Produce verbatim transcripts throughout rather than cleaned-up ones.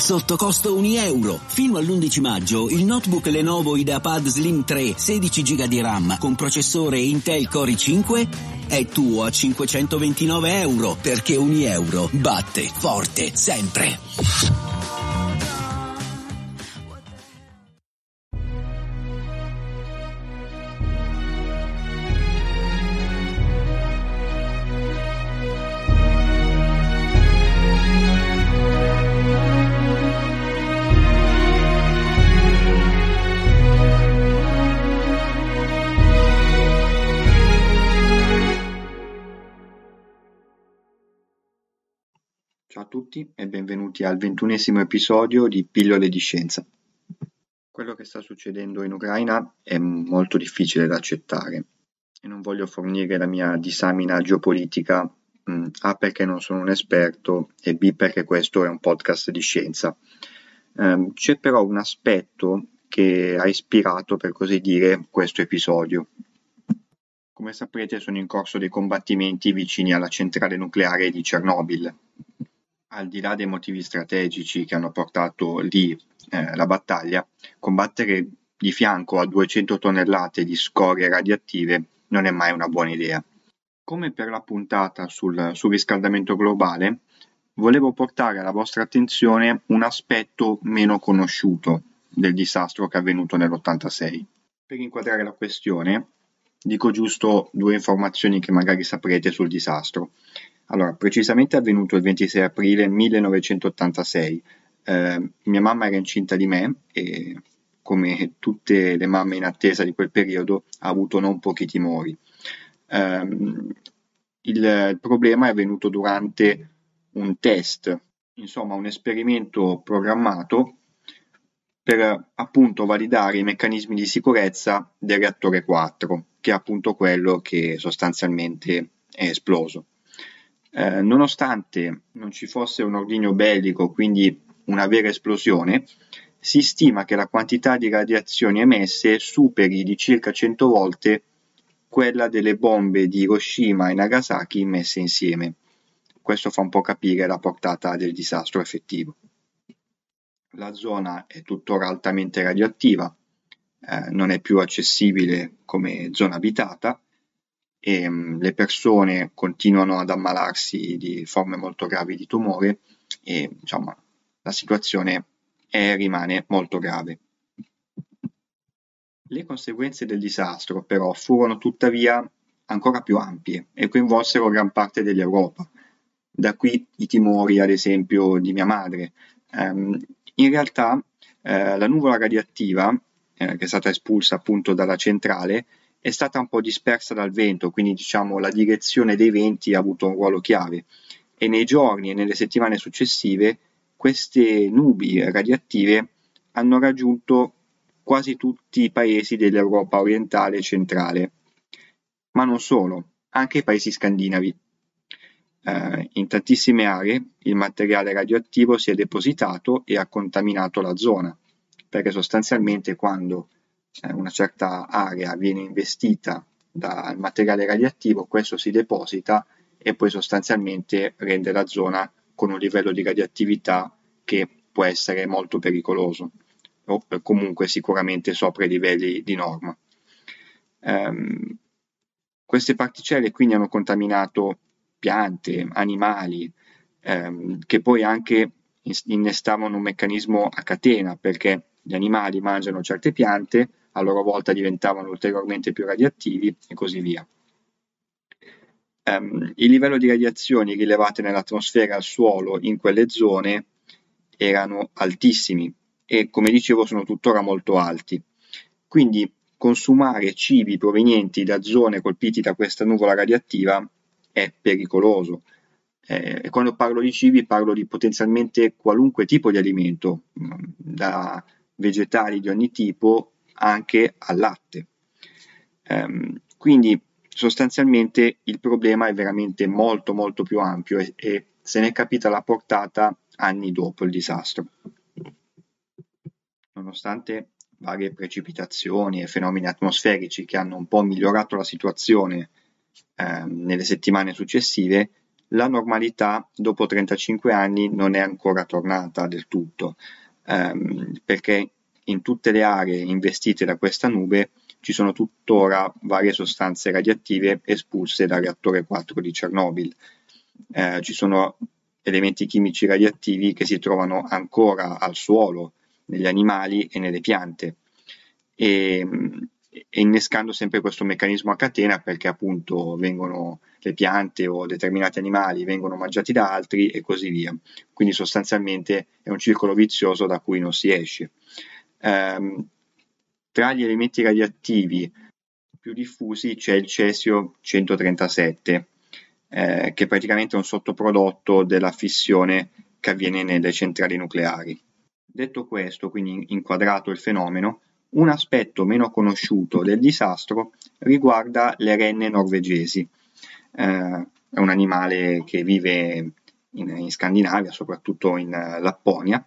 sotto costo un euro. Fino all'undici maggio il notebook Lenovo IdeaPad Slim tre sedici giga di RAM con processore Intel Core i cinque è tuo a cinquecentoventinove euro, perché un euro batte forte sempre. Ciao a tutti e benvenuti al ventunesimo episodio di Pillole di Scienza. Quello che sta succedendo in Ucraina è molto difficile da accettare e non voglio fornire la mia disamina geopolitica, mh, A perché non sono un esperto e B perché questo è un podcast di scienza. Um, c'è però un aspetto che ha ispirato, per così dire, questo episodio. Come saprete, sono in corso dei combattimenti vicini alla centrale nucleare di Chernobyl. Al di là dei motivi strategici che hanno portato lì eh, la battaglia, combattere di fianco a duecento tonnellate di scorie radioattive non è mai una buona idea. Come per la puntata sul surriscaldamento globale, volevo portare alla vostra attenzione un aspetto meno conosciuto del disastro che è avvenuto nell'ottantasei. Per inquadrare la questione, dico giusto due informazioni che magari saprete sul disastro. Allora, precisamente è avvenuto il ventisei aprile millenovecentottantasei. Eh, mia mamma era incinta di me e, come tutte le mamme in attesa di quel periodo, ha avuto non pochi timori. Eh, il, il problema è avvenuto durante un test, insomma un esperimento programmato per appunto validare i meccanismi di sicurezza del reattore quattro, che è appunto quello che sostanzialmente è esploso. Eh, nonostante non ci fosse un ordigno bellico, quindi una vera esplosione, si stima che la quantità di radiazioni emesse superi di circa cento volte quella delle bombe di Hiroshima e Nagasaki messe insieme. Questo fa un po' capire la portata del disastro effettivo. La zona è tuttora altamente radioattiva, eh, non è più accessibile come zona abitata e um, le persone continuano ad ammalarsi di forme molto gravi di tumore e insomma la situazione è, rimane molto grave. Le conseguenze del disastro però furono tuttavia ancora più ampie e coinvolsero gran parte dell'Europa. Da qui i timori, ad esempio, di mia madre. Um, in realtà eh, la nuvola radioattiva, eh, che è stata espulsa appunto dalla centrale, è stata un po' dispersa dal vento, quindi diciamo la direzione dei venti ha avuto un ruolo chiave e nei giorni e nelle settimane successive queste nubi radioattive hanno raggiunto quasi tutti i paesi dell'Europa orientale e centrale, ma non solo, anche i paesi scandinavi. Eh, in tantissime aree il materiale radioattivo si è depositato e ha contaminato la zona, perché sostanzialmente quando eh, una certa area viene investita dal materiale radioattivo, questo si deposita e poi sostanzialmente rende la zona con un livello di radioattività che può essere molto pericoloso o comunque sicuramente sopra i livelli di norma. Um, queste particelle quindi hanno contaminato piante, animali, ehm, che poi anche innestavano un meccanismo a catena, perché gli animali mangiano certe piante, a loro volta diventavano ulteriormente più radioattivi e così via. Um, il livello di radiazioni rilevate nell'atmosfera e al suolo in quelle zone erano altissimi e, come dicevo, sono tuttora molto alti. Quindi consumare cibi provenienti da zone colpite da questa nuvola radioattiva è pericoloso. Eh, e quando parlo di cibi parlo di potenzialmente qualunque tipo di alimento, da vegetali di ogni tipo anche al latte. Um, quindi sostanzialmente il problema è veramente molto molto più ampio e, e se ne è capita la portata anni dopo il disastro. Nonostante varie precipitazioni e fenomeni atmosferici che hanno un po' migliorato la situazione eh, nelle settimane successive, la normalità dopo trentacinque anni non è ancora tornata del tutto, ehm, perché in tutte le aree investite da questa nube ci sono tuttora varie sostanze radioattive espulse dal reattore quattro di Chernobyl. Eh, ci sono elementi chimici radioattivi che si trovano ancora al suolo, negli animali e nelle piante, e, e innescando sempre questo meccanismo a catena, perché appunto vengono le piante o determinati animali vengono mangiati da altri e così via. Quindi sostanzialmente è un circolo vizioso da cui non si esce. Um, tra gli elementi radioattivi più diffusi c'è il cesio centotrentasette, eh, che è praticamente un sottoprodotto della fissione che avviene nelle centrali nucleari. Detto questo, quindi inquadrato il fenomeno, un aspetto meno conosciuto del disastro riguarda le renne norvegesi. Eh, è un animale che vive in, in Scandinavia, soprattutto in uh, Lapponia,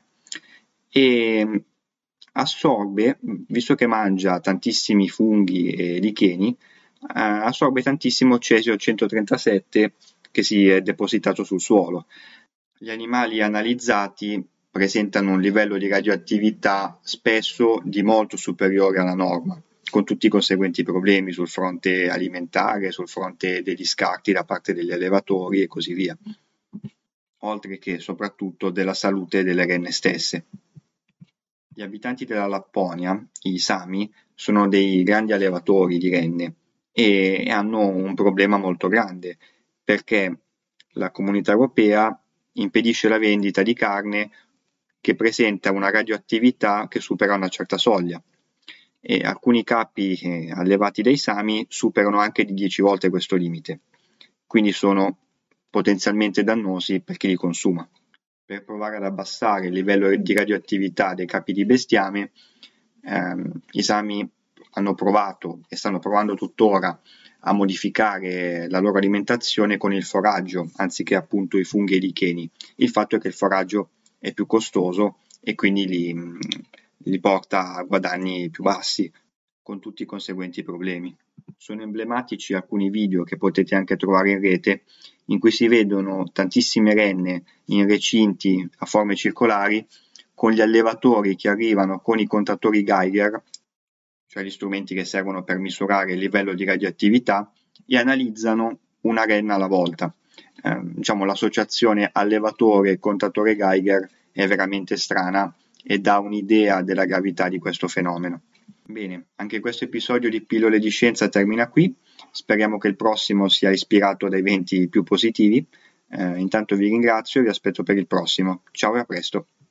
e assorbe, visto che mangia tantissimi funghi e licheni, eh, assorbe tantissimo cesio centotrentasette che si è depositato sul suolo. Gli animali analizzati presentano un livello di radioattività spesso di molto superiore alla norma, con tutti i conseguenti problemi sul fronte alimentare, sul fronte degli scarti da parte degli allevatori e così via, oltre che soprattutto della salute delle renne stesse. Gli abitanti della Lapponia, i Sami, sono dei grandi allevatori di renne e hanno un problema molto grande, perché la Comunità Europea impedisce la vendita di carne che presenta una radioattività che supera una certa soglia, e alcuni capi eh, allevati dai Sami superano anche di dieci volte questo limite, quindi sono potenzialmente dannosi per chi li consuma. Per provare ad abbassare il livello di radioattività dei capi di bestiame, ehm, i Sami hanno provato e stanno provando tuttora a modificare la loro alimentazione con il foraggio anziché appunto i funghi e i licheni. Il fatto è che il foraggio è più costoso e quindi li, li porta a guadagni più bassi, con tutti i conseguenti problemi. Sono emblematici alcuni video che potete anche trovare in rete, in cui si vedono tantissime renne in recinti a forme circolari, con gli allevatori che arrivano con i contatori Geiger, cioè gli strumenti che servono per misurare il livello di radioattività, e analizzano una renna alla volta. Eh, diciamo, l'associazione allevatore contatore Geiger è veramente strana e dà un'idea della gravità di questo fenomeno. Bene, anche questo episodio di Pillole di Scienza termina qui. Speriamo che il prossimo sia ispirato da eventi più positivi. Eh, intanto vi ringrazio e vi aspetto per il prossimo. Ciao e a presto.